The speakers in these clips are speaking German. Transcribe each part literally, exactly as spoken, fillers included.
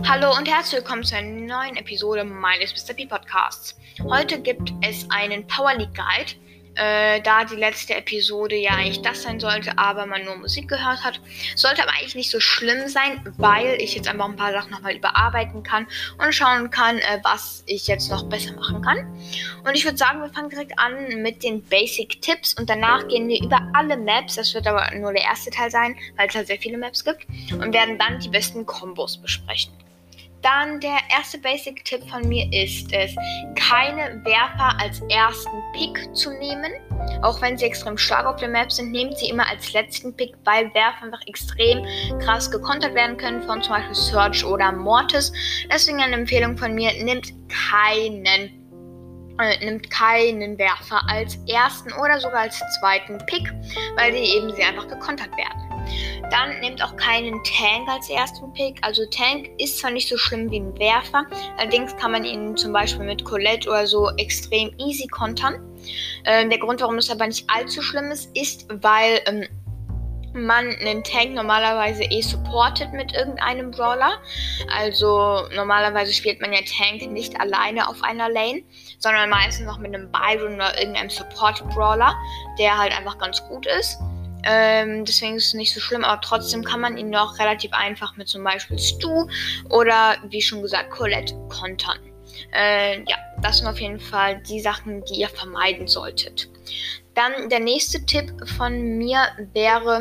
Hallo und herzlich willkommen zu einer neuen Episode meines Mister P Podcasts. Heute gibt es einen Power League Guide, äh, da die letzte Episode ja eigentlich das sein sollte, aber man nur Musik gehört hat. Sollte aber eigentlich nicht so schlimm sein, weil ich jetzt einfach ein paar Sachen nochmal überarbeiten kann und schauen kann, äh, was ich jetzt noch besser machen kann. Und ich würde sagen, wir fangen direkt an mit den Basic Tipps und danach gehen wir über alle Maps, das wird aber nur der erste Teil sein, weil es halt sehr viele Maps gibt, und werden dann die besten Kombos besprechen. Dann der erste Basic-Tipp von mir ist es, keine Werfer als ersten Pick zu nehmen. Auch wenn sie extrem stark auf der Map sind, nehmt sie immer als letzten Pick, weil Werfer einfach extrem krass gekontert werden können von zum Beispiel Surge oder Mortis. Deswegen eine Empfehlung von mir, nehmt keinen, äh, nimmt keinen Werfer als ersten oder sogar als zweiten Pick, weil die eben sehr einfach gekontert werden. Dann nehmt auch keinen Tank als ersten Pick. Also Tank ist zwar nicht so schlimm wie ein Werfer, allerdings kann man ihn zum Beispiel mit Colette oder so extrem easy kontern. Ähm, der Grund, warum es aber nicht allzu schlimm ist, ist, weil ähm, man einen Tank normalerweise eh supportet mit irgendeinem Brawler. Also normalerweise spielt man ja Tank nicht alleine auf einer Lane, sondern meistens noch mit einem Byron oder irgendeinem Support-Brawler, der halt einfach ganz gut ist. Ähm, deswegen ist es nicht so schlimm, aber trotzdem kann man ihn noch relativ einfach mit zum Beispiel Stu oder, wie schon gesagt, Colette kontern. Äh, ja, das sind auf jeden Fall die Sachen, die ihr vermeiden solltet. Dann der nächste Tipp von mir wäre,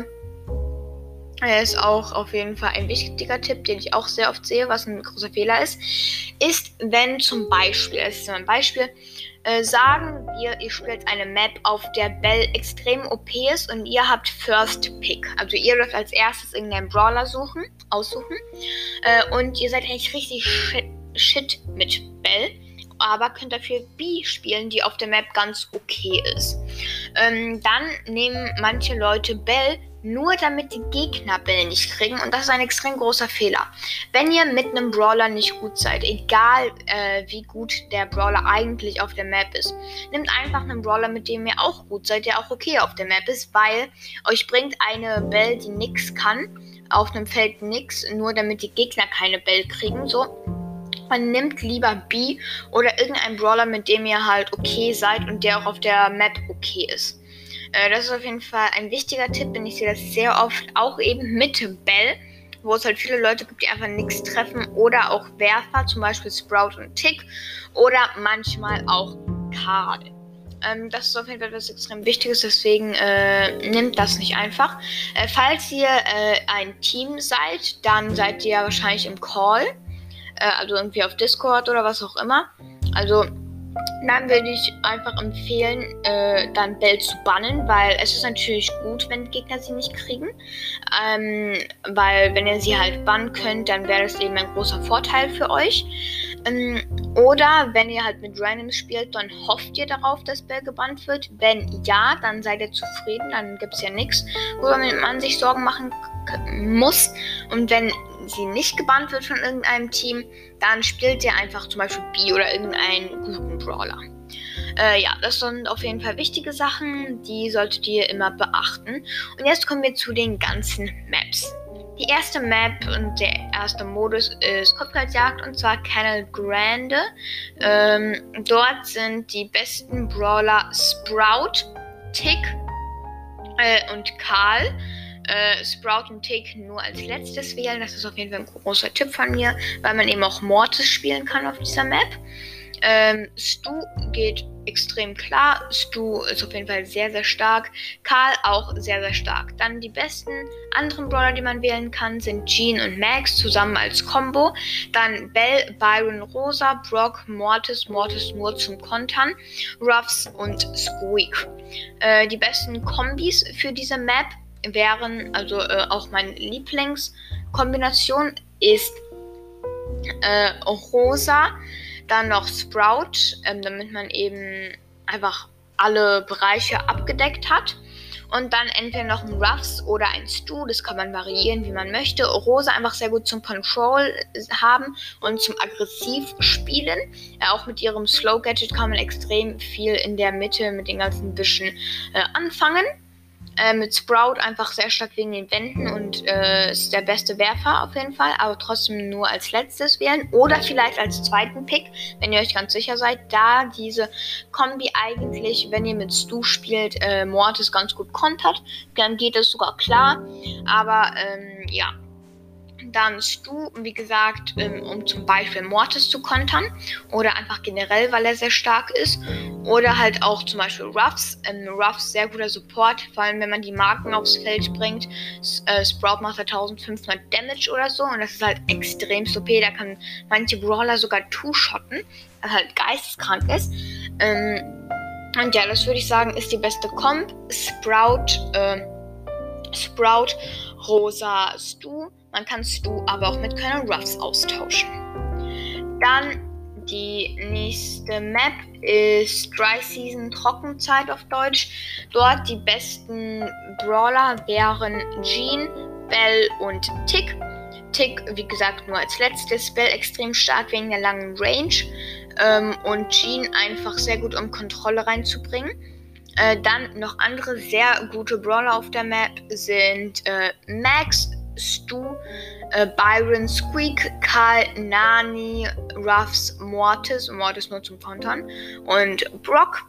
er ist auch auf jeden Fall ein wichtiger Tipp, den ich auch sehr oft sehe, was ein großer Fehler ist, ist, wenn zum Beispiel, es ist ein Beispiel, äh, sagen wir, ihr spielt eine Map, auf der Belle extrem O P ist und ihr habt First Pick. Also ihr dürft als erstes irgendeinen Brawler suchen, aussuchen äh, und ihr seid eigentlich richtig shit, shit mit Belle, aber könnt dafür B spielen, die auf der Map ganz okay ist. Ähm, dann nehmen manche Leute Belle nur damit die Gegner Belle nicht kriegen, und das ist ein extrem großer Fehler. Wenn ihr mit einem Brawler nicht gut seid, egal äh, wie gut der Brawler eigentlich auf der Map ist, nehmt einfach einen Brawler, mit dem ihr auch gut seid, der auch okay auf der Map ist, weil euch bringt eine Belle, die nix kann, auf einem Feld nix, nur damit die Gegner keine Belle kriegen, so. Man nimmt lieber B oder irgendeinen Brawler, mit dem ihr halt okay seid und der auch auf der Map okay ist. Äh, das ist auf jeden Fall ein wichtiger Tipp, denn ich sehe das sehr oft, auch eben mit Belle, wo es halt viele Leute gibt, die einfach nichts treffen, oder auch Werfer, zum Beispiel Sprout und Tick, oder manchmal auch Karl. Ähm, das ist auf jeden Fall etwas extrem Wichtiges, deswegen äh, nehmt das nicht einfach. Äh, falls ihr äh, ein Team seid, dann seid ihr wahrscheinlich im Call, äh, also irgendwie auf Discord oder was auch immer. Also dann würde ich einfach empfehlen, äh, dann Belle zu bannen, weil es ist natürlich gut, wenn die Gegner sie nicht kriegen. Ähm, weil wenn ihr sie halt bannen könnt, dann wäre das eben ein großer Vorteil für euch. Ähm, oder wenn ihr halt mit Randoms spielt, dann hofft ihr darauf, dass Belle gebannt wird. Wenn ja, dann seid ihr zufrieden, dann gibt es ja nichts, worüber man sich Sorgen machen k- muss. Und wenn sie nicht gebannt wird von irgendeinem Team, dann spielt ihr einfach zum Beispiel B oder irgendeinen guten Brawler. Äh, ja, das sind auf jeden Fall wichtige Sachen, die solltet ihr immer beachten. Und jetzt kommen wir zu den ganzen Maps. Die erste Map und der erste Modus ist Kopfgeldjagd, und zwar Canal Grande. Ähm, dort sind die besten Brawler Sprout, Tick äh, und Karl. Äh, Sprout und Tick nur als letztes wählen. Das ist auf jeden Fall ein großer Tipp von mir, weil man eben auch Mortis spielen kann auf dieser Map. Ähm, Stu geht extrem klar. Stu ist auf jeden Fall sehr, sehr stark. Karl auch sehr, sehr stark. Dann die besten anderen Brawler, die man wählen kann, sind Jean und Max zusammen als Combo. Dann Belle, Byron, Rosa, Brock, Mortis, Mortis nur zum Kontern, Ruffs und Squeak. Äh, die besten Kombis für diese Map wären, also äh, auch meine Lieblingskombination ist äh, Rosa, dann noch Sprout, ähm, damit man eben einfach alle Bereiche abgedeckt hat. Und dann entweder noch ein Ruffs oder ein Stu, das kann man variieren, wie man möchte. Rosa einfach sehr gut zum Control haben und zum aggressiv spielen. Ja, auch mit ihrem Slow Gadget kann man extrem viel in der Mitte mit den ganzen Büschen äh, anfangen. Äh, mit Sprout einfach sehr stark wegen den Wänden und äh, ist der beste Werfer auf jeden Fall, aber trotzdem nur als letztes wählen oder vielleicht als zweiten Pick, wenn ihr euch ganz sicher seid, da diese Kombi eigentlich, wenn ihr mit Stu spielt, äh, Mortis ganz gut kontert, dann geht es sogar klar, aber ähm, ja. Dann Stu, wie gesagt, um zum Beispiel Mortis zu kontern oder einfach generell, weil er sehr stark ist. Oder halt auch zum Beispiel Ruffs. Ähm, Ruffs, sehr guter Support, vor allem wenn man die Marken aufs Feld bringt. S- äh, Sprout macht halt eintausendfünfhundert Damage oder so und das ist halt extrem O P. Da kann manche Brawler sogar two-shotten, was halt geisteskrank ist. Ähm, und ja, das würde ich sagen, ist die beste Comp. Sprout, äh, Sprout, Rosa, Stu. Man kann Stu aber auch mit Colonel Ruffs austauschen. Dann die nächste Map ist Dry Season, Trockenzeit auf Deutsch. Dort die besten Brawler wären Jean, Bell und Tick. Tick, wie gesagt, nur als letztes. Bell extrem stark wegen der langen Range. Ähm, und Jean einfach sehr gut, um Kontrolle reinzubringen. Äh, dann noch andere sehr gute Brawler auf der Map sind äh, Max, Stu, äh, Byron, Squeak, Karl, Nani, Ruffs, Mortis, Mortis nur zum Kontern und Brock.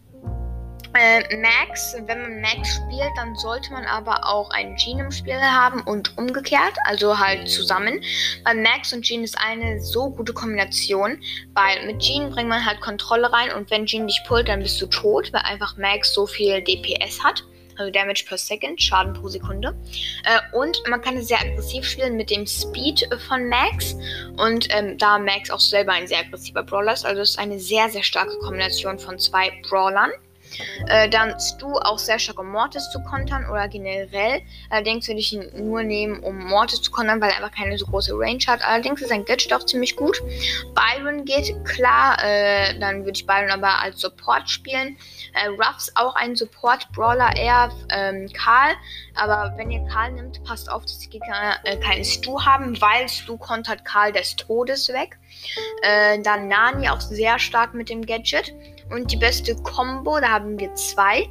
Äh, Max, wenn man Max spielt, dann sollte man aber auch einen Jean im Spiel haben und umgekehrt, also halt zusammen, weil Max und Jean ist eine so gute Kombination, weil mit Jean bringt man halt Kontrolle rein und wenn Jean dich pullt, dann bist du tot, weil einfach Max so viel D P S hat. Also Damage per Second, Schaden pro Sekunde. Äh, und man kann es sehr aggressiv spielen mit dem Speed von Max. Und ähm, da Max auch selber ein sehr aggressiver Brawler ist, also es ist eine sehr, sehr starke Kombination von zwei Brawlern. Äh, dann Stu auch sehr stark, um Mortis zu kontern oder generell. Allerdings würde ich ihn nur nehmen, um Mortis zu kontern, weil er einfach keine so große Range hat. Allerdings ist sein Gadget auch ziemlich gut. Byron geht klar, äh, dann würde ich Byron aber als Support spielen. Äh, Ruffs auch ein Support-Brawler, eher ähm, Karl. Aber wenn ihr Karl nimmt, passt auf, dass die Gegner äh, keinen Stu haben, weil Stu kontert Karl des Todes weg. Äh, dann Nani auch sehr stark mit dem Gadget. Und die beste Combo, da haben wir zwei,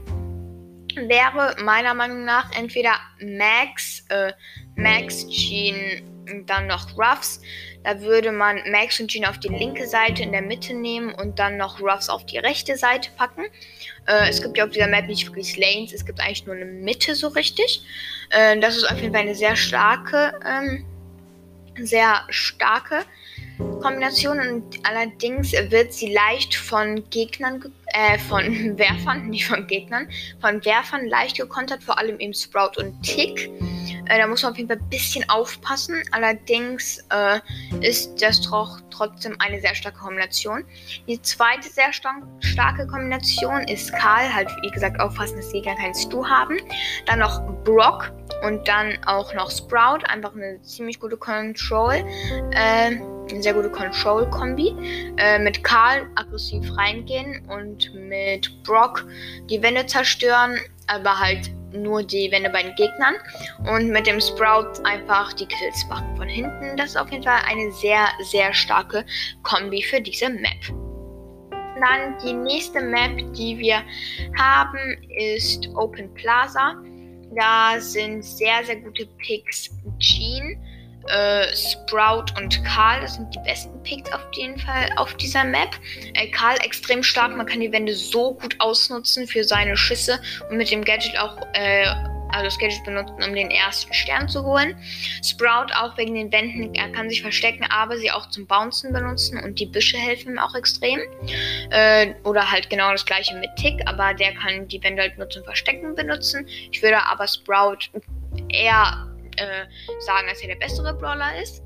wäre meiner Meinung nach entweder Max, äh, Max, Jean, dann noch Ruffs. Da würde man Max und Jean auf die linke Seite in der Mitte nehmen und dann noch Ruffs auf die rechte Seite packen. Äh, es gibt ja auf dieser Map nicht wirklich Lanes, es gibt eigentlich nur eine Mitte so richtig. Äh, das ist auf jeden Fall eine sehr starke, ähm, sehr starke Kombination und allerdings wird sie leicht von Gegnern, äh, von Werfern, nicht von Gegnern, von Werfern leicht gekontert, vor allem eben Sprout und Tick. Äh, da muss man auf jeden Fall ein bisschen aufpassen. Allerdings äh, ist das doch trotzdem eine sehr starke Kombination. Die zweite sehr stark, starke Kombination ist Karl, halt wie gesagt aufpassen, dass die Gegner keinen Stu haben. Dann noch Brock und dann auch noch Sprout, einfach eine ziemlich gute Control. Äh, Eine sehr gute Control-Kombi. Äh, mit Karl aggressiv reingehen und mit Brock die Wände zerstören, aber halt nur die Wände bei den Gegnern. Und mit dem Sprout einfach die Kills machen von hinten. Das ist auf jeden Fall eine sehr, sehr starke Kombi für diese Map. Dann die nächste Map, die wir haben, ist Open Plaza. Da sind sehr, sehr gute Picks Jean, Äh, Sprout und Karl, das sind die besten Picks auf jeden Fall auf dieser Map. Äh, Karl extrem stark, man kann die Wände so gut ausnutzen für seine Schüsse und mit dem Gadget auch, äh, also das Gadget benutzen, um den ersten Stern zu holen. Sprout auch wegen den Wänden, er kann sich verstecken, aber sie auch zum Bouncen benutzen und die Büsche helfen ihm auch extrem. Äh, oder halt genau das gleiche mit Tick, aber der kann die Wände halt nur zum Verstecken benutzen. Ich würde aber Sprout eher Äh, sagen, dass er der bessere Brawler ist.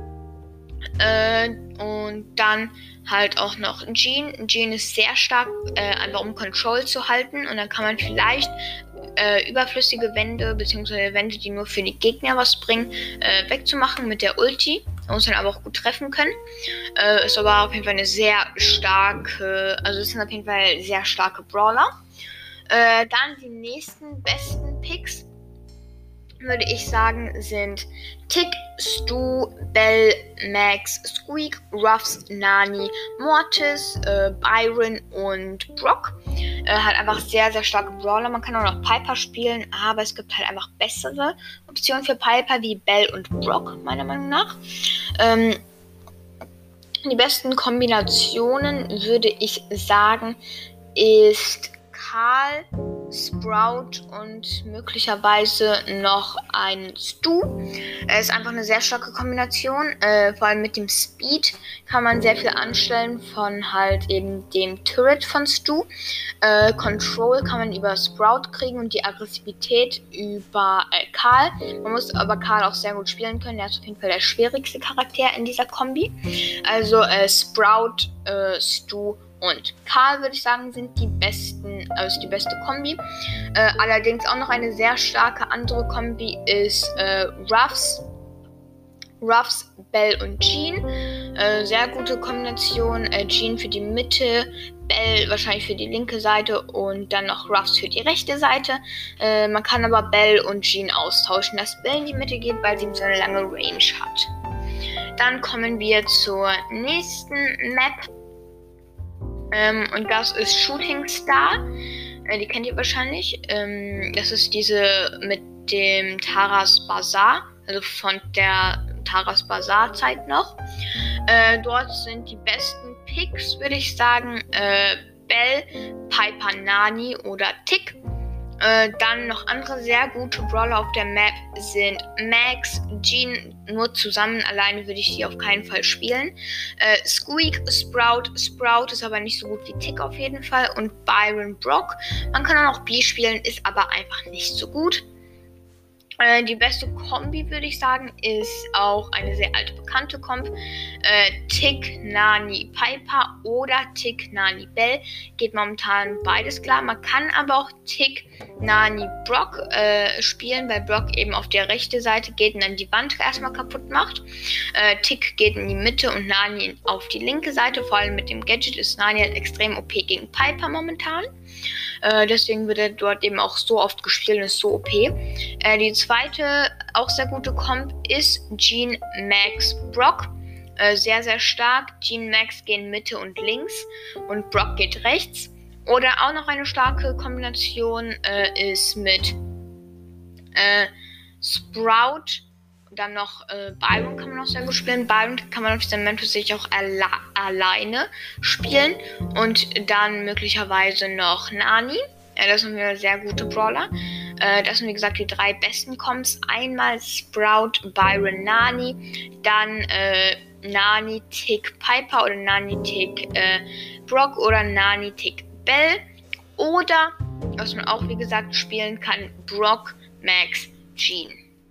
Äh, und dann halt auch noch Jean. Jean ist sehr stark, äh, einfach um Control zu halten. Und dann kann man vielleicht äh, überflüssige Wände, beziehungsweise Wände, die nur für die Gegner was bringen, äh, wegzumachen mit der Ulti. Man muss dann aber auch gut treffen können. Äh, ist aber auf jeden Fall eine sehr starke, also es sind auf jeden Fall sehr starke Brawler. Äh, dann die nächsten besten Picks, würde ich sagen, sind Tick, Stu, Bell, Max, Squeak, Ruffs, Nani, Mortis, äh, Byron und Brock. Äh, hat einfach sehr, sehr starke Brawler. Man kann auch noch Piper spielen, aber es gibt halt einfach bessere Optionen für Piper, wie Bell und Brock, meiner Meinung nach. Ähm, die besten Kombinationen, würde ich sagen, ist Karl, Sprout und möglicherweise noch ein Stu. Es ist einfach eine sehr starke Kombination. Äh, vor allem mit dem Speed kann man sehr viel anstellen von halt eben dem Turret von Stu. Äh, Control kann man über Sprout kriegen und die Aggressivität über äh, Karl. Man muss aber Karl auch sehr gut spielen können. Er ist auf jeden Fall der schwierigste Charakter in dieser Kombi. Also äh, Sprout, äh, Stu und Karl, würde ich sagen, sind die besten, also die beste Kombi. Äh, allerdings auch noch eine sehr starke andere Kombi ist äh, Ruffs. Ruffs, Bell und Jean. Äh, sehr gute Kombination. Äh, Jean für die Mitte, Bell wahrscheinlich für die linke Seite und dann noch Ruffs für die rechte Seite. Äh, man kann aber Bell und Jean austauschen, dass Bell in die Mitte geht, weil sie so eine lange Range hat. Dann kommen wir zur nächsten Map. Ähm, und das ist Shooting Star. Äh, die kennt ihr wahrscheinlich. Ähm, das ist diese mit dem Taras Bazaar, also von der Taras Bazaar Zeit noch. Äh, dort sind die besten Picks, würde ich sagen, äh, Bell, Piper, Nani oder Tick. Äh, dann noch andere sehr gute Brawler auf der Map sind Max, Jean, nur zusammen, alleine würde ich die auf keinen Fall spielen. Äh, Squeak, Sprout, Sprout ist aber nicht so gut wie Tick auf jeden Fall und Byron, Brock. Man kann auch noch B spielen, ist aber einfach nicht so gut. Äh, die beste Kombi, würde ich sagen, ist auch eine sehr alte bekannte Kombi. Äh, Tick, Nani, Piper oder Tick, Nani, Bell. Geht momentan beides klar. Man kann aber auch Tick, Nani, Brock äh, spielen, weil Brock eben auf der rechten Seite geht und dann die Wand erstmal kaputt macht. Äh, Tick geht in die Mitte und Nani auf die linke Seite. Vor allem mit dem Gadget ist Nani halt extrem O P gegen Piper momentan. Äh, deswegen wird er dort eben auch so oft gespielt und ist so O P. Äh, die zweite, auch sehr gute Comp ist Jean, Max, Brock. Äh, sehr, sehr stark. Jean, Max gehen Mitte und links und Brock geht rechts. Oder auch noch eine starke Kombination äh, ist mit äh, Sprout. Dann noch äh, Byron kann man auch sehr gut spielen. Byron kann man auf dieser Map sich auch alle alleine spielen. Und dann möglicherweise noch Nani. Ja, das sind wir sehr gute Brawler. Äh, das sind wie gesagt die drei besten Comps. Einmal Sprout, Byron, Nani. Dann äh, Nani, Tick, Piper oder Nani, Tick, äh, Brock oder Nani, Tick, Bell. Oder, was man auch wie gesagt spielen kann, Brock, Max, Jean.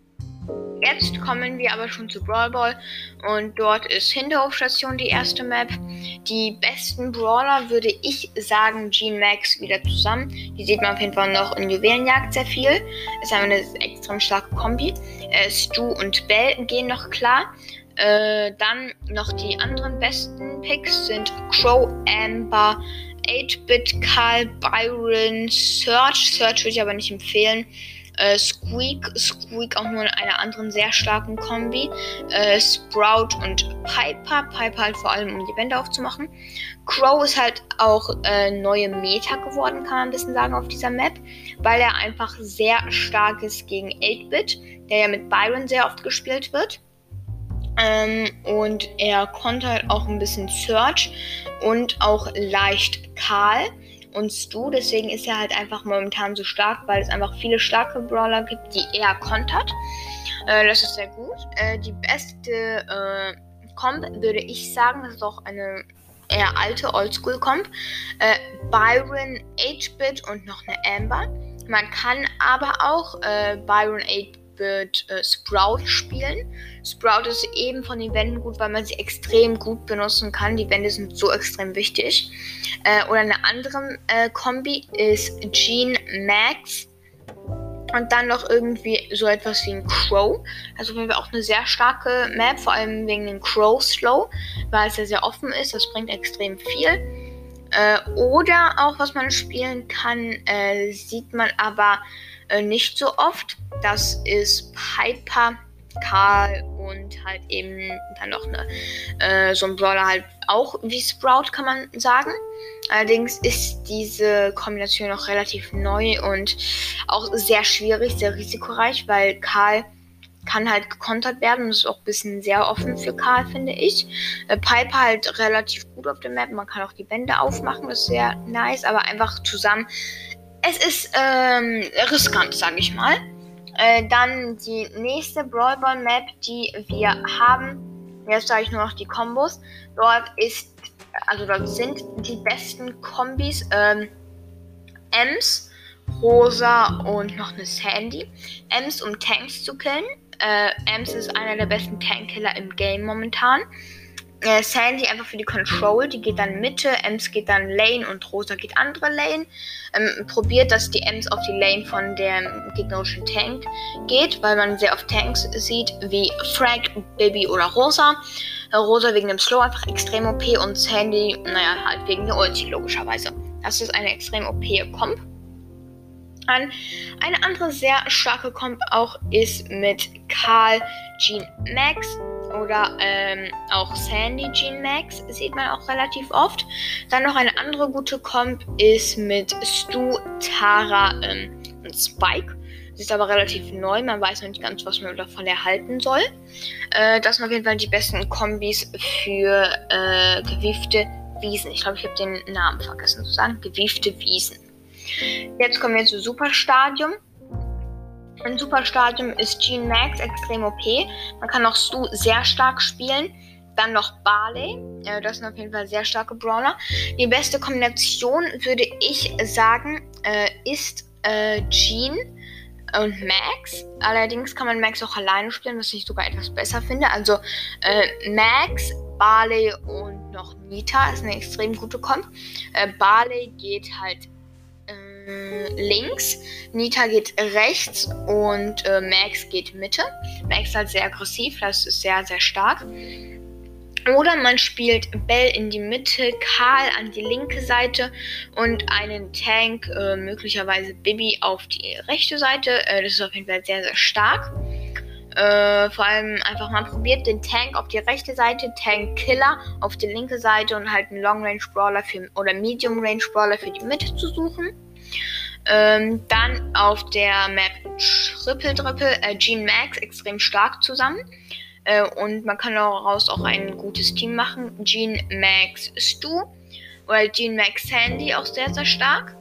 Jetzt kommen wir aber schon zu Brawl Ball und dort ist Hinterhofstation die erste Map. Die besten Brawler würde ich sagen Jean, Max wieder zusammen. Die sieht man auf jeden Fall noch in Juwelenjagd sehr viel. Ist einfach eine extrem starke Kombi. Äh, Stu und Bell gehen noch klar. Äh, dann noch die anderen besten Picks sind Crow, Amber, acht-Bit, Karl, Byron, Search. Search würde ich aber nicht empfehlen. Äh, Squeak, Squeak auch nur in einer anderen sehr starken Kombi. Äh, Sprout und Piper. Piper halt vor allem, um die Wände aufzumachen. Crow ist halt auch äh, neue Meta geworden, kann man ein bisschen sagen, auf dieser Map. Weil er einfach sehr stark ist gegen acht-Bit, der ja mit Byron sehr oft gespielt wird. Ähm, und er konnte halt auch ein bisschen Search und auch leicht Karl und Stu, deswegen ist er halt einfach momentan so stark, weil es einfach viele starke Brawler gibt, die er kontert. Äh, das ist sehr gut. Äh, die beste äh, Comp würde ich sagen, das ist auch eine eher alte Oldschool-Comp. Äh, Byron, acht-Bit und noch eine Amber. Man kann aber auch äh, Byron, acht-Bit wird äh, Sprout spielen. Sprout ist eben von den Wänden gut, weil man sie extrem gut benutzen kann. Die Wände sind so extrem wichtig. Äh, oder eine andere äh, Kombi ist Jean, Max und dann noch irgendwie so etwas wie ein Crow. Also auf jeden Fall auch eine sehr starke Map, vor allem wegen dem Crow Slow, weil es ja sehr offen ist. Das bringt extrem viel. Äh, oder auch, was man spielen kann, äh, sieht man aber äh, nicht so oft. Das ist Piper, Karl und halt eben dann noch eine, äh, so ein Brawler halt auch wie Sprout, kann man sagen. Allerdings ist diese Kombination noch relativ neu und auch sehr schwierig, sehr risikoreich, weil Karl kann halt gekontert werden. Das ist auch ein bisschen sehr offen für Karl, finde ich. Äh, Piper halt relativ gut auf der Map. Man kann auch die Wände aufmachen, das ist sehr nice, aber einfach zusammen. Es ist ähm, riskant, sage ich mal. Äh, dann die nächste Brawl Ball Map, die wir haben. Jetzt sage ich nur noch die Kombos. Dort ist, also dort sind die besten Kombis ähm, Ems, Rosa und noch eine Sandy. Ems, um Tanks zu killen. Äh, Ems ist einer der besten Tankkiller im Game momentan. Äh, Sandy einfach für die Control, die geht dann Mitte, Ems geht dann Lane und Rosa geht andere Lane. Ähm, probiert, dass die Ems auf die Lane von dem gegnerischen Tank geht, weil man sehr oft Tanks sieht, wie Frank, Bibi oder Rosa. Äh, Rosa wegen dem Slow einfach extrem O P und Sandy, naja, halt wegen der Ulti logischerweise. Das ist eine extrem O P-Comp. An. Eine andere sehr starke Comp auch ist mit Karl, Jean, Max oder ähm, auch Sandy, Jean, Max, sieht man auch relativ oft. Dann noch eine andere gute Comp ist mit Stu, Tara ähm, und Spike. Sie ist aber relativ neu, man weiß noch nicht ganz, was man davon erhalten soll. Äh, das sind auf jeden Fall die besten Kombis für äh, gewiefte Wiesen. Ich glaube, ich habe den Namen vergessen zu sagen. Gewiefte Wiesen. Jetzt kommen wir zu Superstadium. Im Superstadium ist Jean Max extrem O P. Man kann auch Stu sehr stark spielen. Dann noch Barley. Äh, das sind auf jeden Fall sehr starke Brawler. Die beste Kombination, würde ich sagen, äh, ist äh, Jean und Max. Allerdings kann man Max auch alleine spielen, was ich sogar etwas besser finde. Also äh, Max, Barley und noch Nita ist eine extrem gute Comp. Äh, Barley geht halt links, Nita geht rechts und äh, Max geht Mitte. Max ist halt sehr aggressiv, das ist sehr, sehr stark. Oder man spielt Bell in die Mitte, Karl an die linke Seite und einen Tank, äh, möglicherweise Bibi, auf die rechte Seite. Äh, das ist auf jeden Fall sehr, sehr stark. Äh, vor allem einfach mal probiert den Tank auf die rechte Seite, Tank Killer auf die linke Seite und halt einen Long Range Brawler für, oder Medium Range Brawler für die Mitte zu suchen. Ähm, dann auf der Map Triple Triple äh, Jean Max extrem stark zusammen. Äh, und man kann daraus auch ein gutes Team machen. Jean Max Stu oder Jean Max Sandy auch sehr, sehr stark.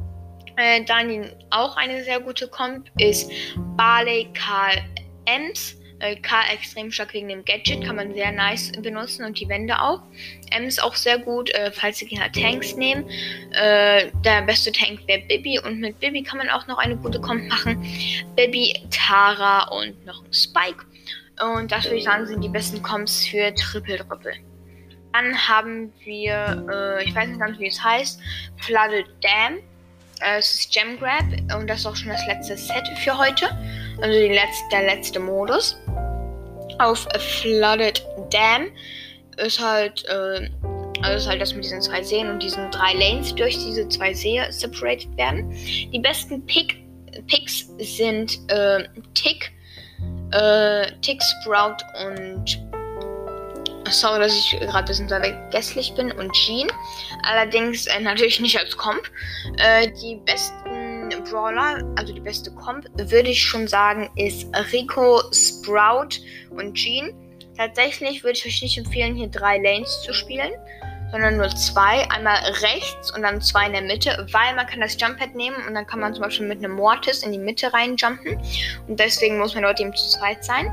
Äh, dann auch eine sehr gute Comp ist Barley, Karl, Ems. Äh, Karl extrem stark wegen dem Gadget, kann man sehr nice benutzen und die Wände auch. Ems auch sehr gut, äh, falls die Gegner Tanks nehmen. Äh, der beste Tank wäre Bibi und mit Bibi kann man auch noch eine gute Comp machen. Bibi, Tara und noch ein Spike. Und das würde ich sagen, sind die besten Comps für Triple Triple. Dann haben wir, äh, ich weiß nicht ganz, wie es heißt, Flooded Dam. Äh, es ist Gem Grab und das ist auch schon das letzte Set für heute. Also die letzte, der letzte Modus. Auf Flooded Dam ist halt, äh, also ist halt das mit diesen zwei Seen und diesen drei Lanes durch diese zwei Seen separated werden. Die besten Pick, Picks sind äh, Tick, äh, Tick, Sprout und sorry, dass ich gerade ein bisschen vergesslich bin und Jean. Allerdings äh, natürlich nicht als Comp. Äh, die besten Brawler, also die beste Comp, würde ich schon sagen, ist Rico, Sprout und Jean. Tatsächlich würde ich euch nicht empfehlen, hier drei Lanes zu spielen, sondern nur zwei. Einmal rechts und dann zwei in der Mitte, weil man kann das Jumppad nehmen und dann kann man zum Beispiel mit einem Mortis in die Mitte reinjumpen. Und deswegen muss man dort eben zu zweit sein.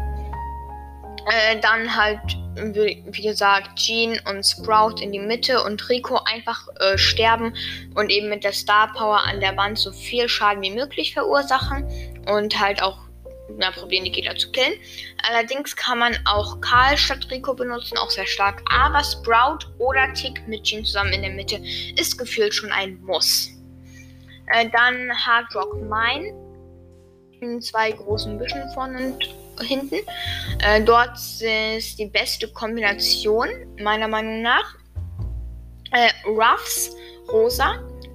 Äh, dann halt, wie gesagt, Jean und Sprout in die Mitte und Rico einfach äh, sterben und eben mit der Star Power an der Wand so viel Schaden wie möglich verursachen und halt auch na, probieren, die Gegner zu killen. Allerdings kann man auch Karl statt Rico benutzen, auch sehr stark. Aber Sprout oder Tick mit Jean zusammen in der Mitte ist gefühlt schon ein Muss. Äh, dann Hard Rock Mine in zwei großen Büschen vorne und hinten. Äh, dort ist die beste Kombination, meiner Meinung nach. Äh, Ruffs, Rosa.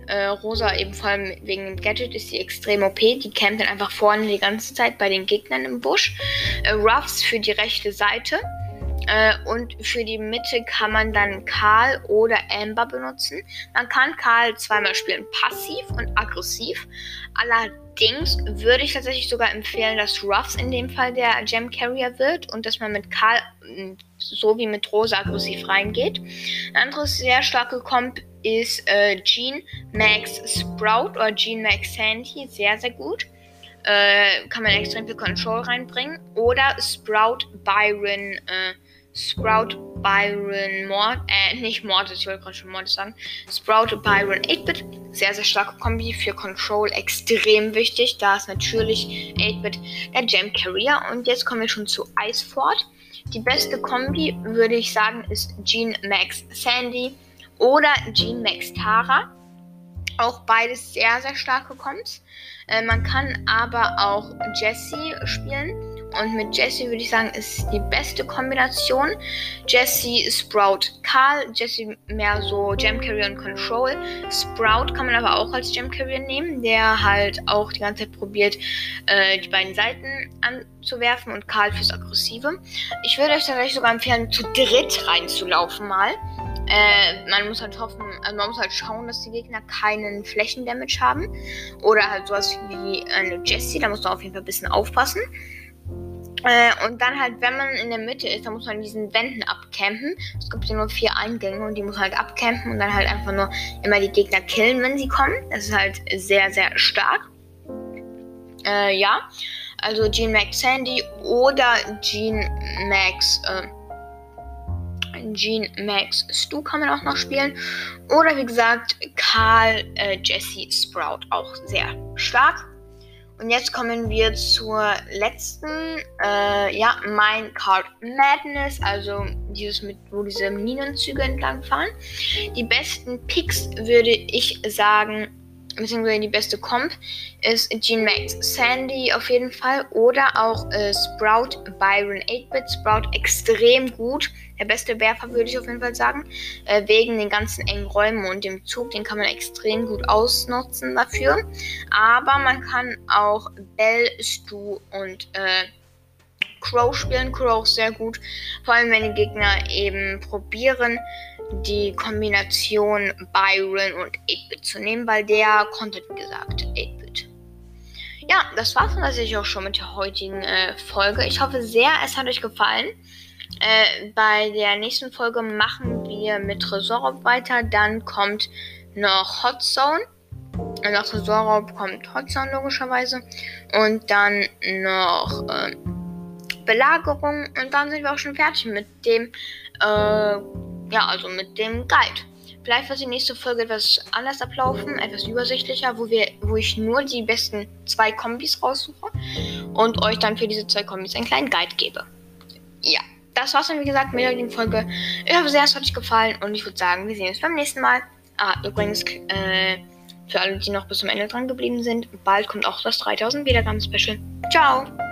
Äh, Rosa eben vor allem wegen dem Gadget ist sie extrem O P. Die campt dann einfach vorne die ganze Zeit bei den Gegnern im Busch. Äh, Ruffs für die rechte Seite. Äh, und für die Mitte kann man dann Karl oder Amber benutzen. Man kann Karl zweimal spielen, passiv und aggressiv. Allerdings würde ich tatsächlich sogar empfehlen, dass Ruffs in dem Fall der Gem Carrier wird und dass man mit Karl so wie mit Rosa aggressiv reingeht. Ein anderes sehr starke Comp ist äh, Jean Max Sprout oder Jean Max Sandy. Sehr, sehr gut. Äh, kann man extrem viel Control reinbringen. Oder Sprout Byron, äh, Sprout Byron Mort, äh, nicht Mortis, ich wollte gerade schon Mortis sagen. Sprout Byron acht-Bit, sehr, sehr starke Kombi für Control, extrem wichtig. Da ist natürlich acht-Bit der Gem Carrier. Und jetzt kommen wir schon zu Iceford. Die beste Kombi, würde ich sagen, ist Jean Max Sandy oder Jean Max Tara. Auch beides sehr, sehr starke Kombis. Äh, man kann aber auch Jessie spielen. Und mit Jessie würde ich sagen, ist die beste Kombination. Jessie, Sprout, Karl. Jessie mehr so Gem Carrier und Control. Sprout kann man aber auch als Gem Carrier nehmen, der halt auch die ganze Zeit probiert, äh, die beiden Seiten anzuwerfen, und Karl fürs Aggressive. Ich würde euch tatsächlich sogar empfehlen, zu dritt reinzulaufen mal. Äh, man muss halt hoffen, also man muss halt schauen, dass die Gegner keinen Flächendamage haben. Oder halt sowas wie eine Jessie, da muss man auf jeden Fall ein bisschen aufpassen. Äh, und dann halt, wenn man in der Mitte ist, dann muss man diesen Wänden abcampen. Es gibt ja nur vier Eingänge und die muss man halt abcampen und dann halt einfach nur immer die Gegner killen, wenn sie kommen. Das ist halt sehr, sehr stark. Äh, ja. Also Jean Max Sandy oder Jean Max, äh, Jean Max Stu kann man auch noch spielen. Oder wie gesagt, Karl, äh, Jessie, Sprout, auch sehr stark. Und jetzt kommen wir zur letzten, äh, ja, Minecart Madness, also dieses mit, wo diese Minenzüge entlang fahren. Die besten Picks würde ich sagen, beziehungsweise die beste Comp ist Jean Max Sandy auf jeden Fall oder auch äh, Sprout Byron acht-Bit. Sprout extrem gut, der beste Werfer würde ich auf jeden Fall sagen, äh, wegen den ganzen engen Räumen und dem Zug, den kann man extrem gut ausnutzen dafür. Aber man kann auch Bell, Stu und äh, Crow spielen. Crow auch sehr gut, vor allem wenn die Gegner eben probieren, die Kombination Byron und acht-Bit zu nehmen, weil der konnte, wie gesagt, acht-Bit. Ja, das war's dann tatsächlich auch schon mit der heutigen äh, Folge. Ich hoffe sehr, es hat euch gefallen. Äh, bei der nächsten Folge machen wir mit Tresorraub weiter. Dann kommt noch Hot Zone. Nach Tresorraub kommt Hot Zone logischerweise. Und dann noch äh, Belagerung. Und dann sind wir auch schon fertig mit dem äh, Ja, also mit dem Guide. Vielleicht wird die nächste Folge etwas anders ablaufen, etwas übersichtlicher, wo wir, wo ich nur die besten zwei Kombis raussuche und euch dann für diese zwei Kombis einen kleinen Guide gebe. Ja, das war's dann wie gesagt mit der heutigen Folge. Ich hoffe sehr, es hat euch gefallen und ich würde sagen, wir sehen uns beim nächsten Mal. Ah, übrigens, äh, für alle, die noch bis zum Ende dran geblieben sind, bald kommt auch das dreitausend Wiedergaben-Special. Ciao!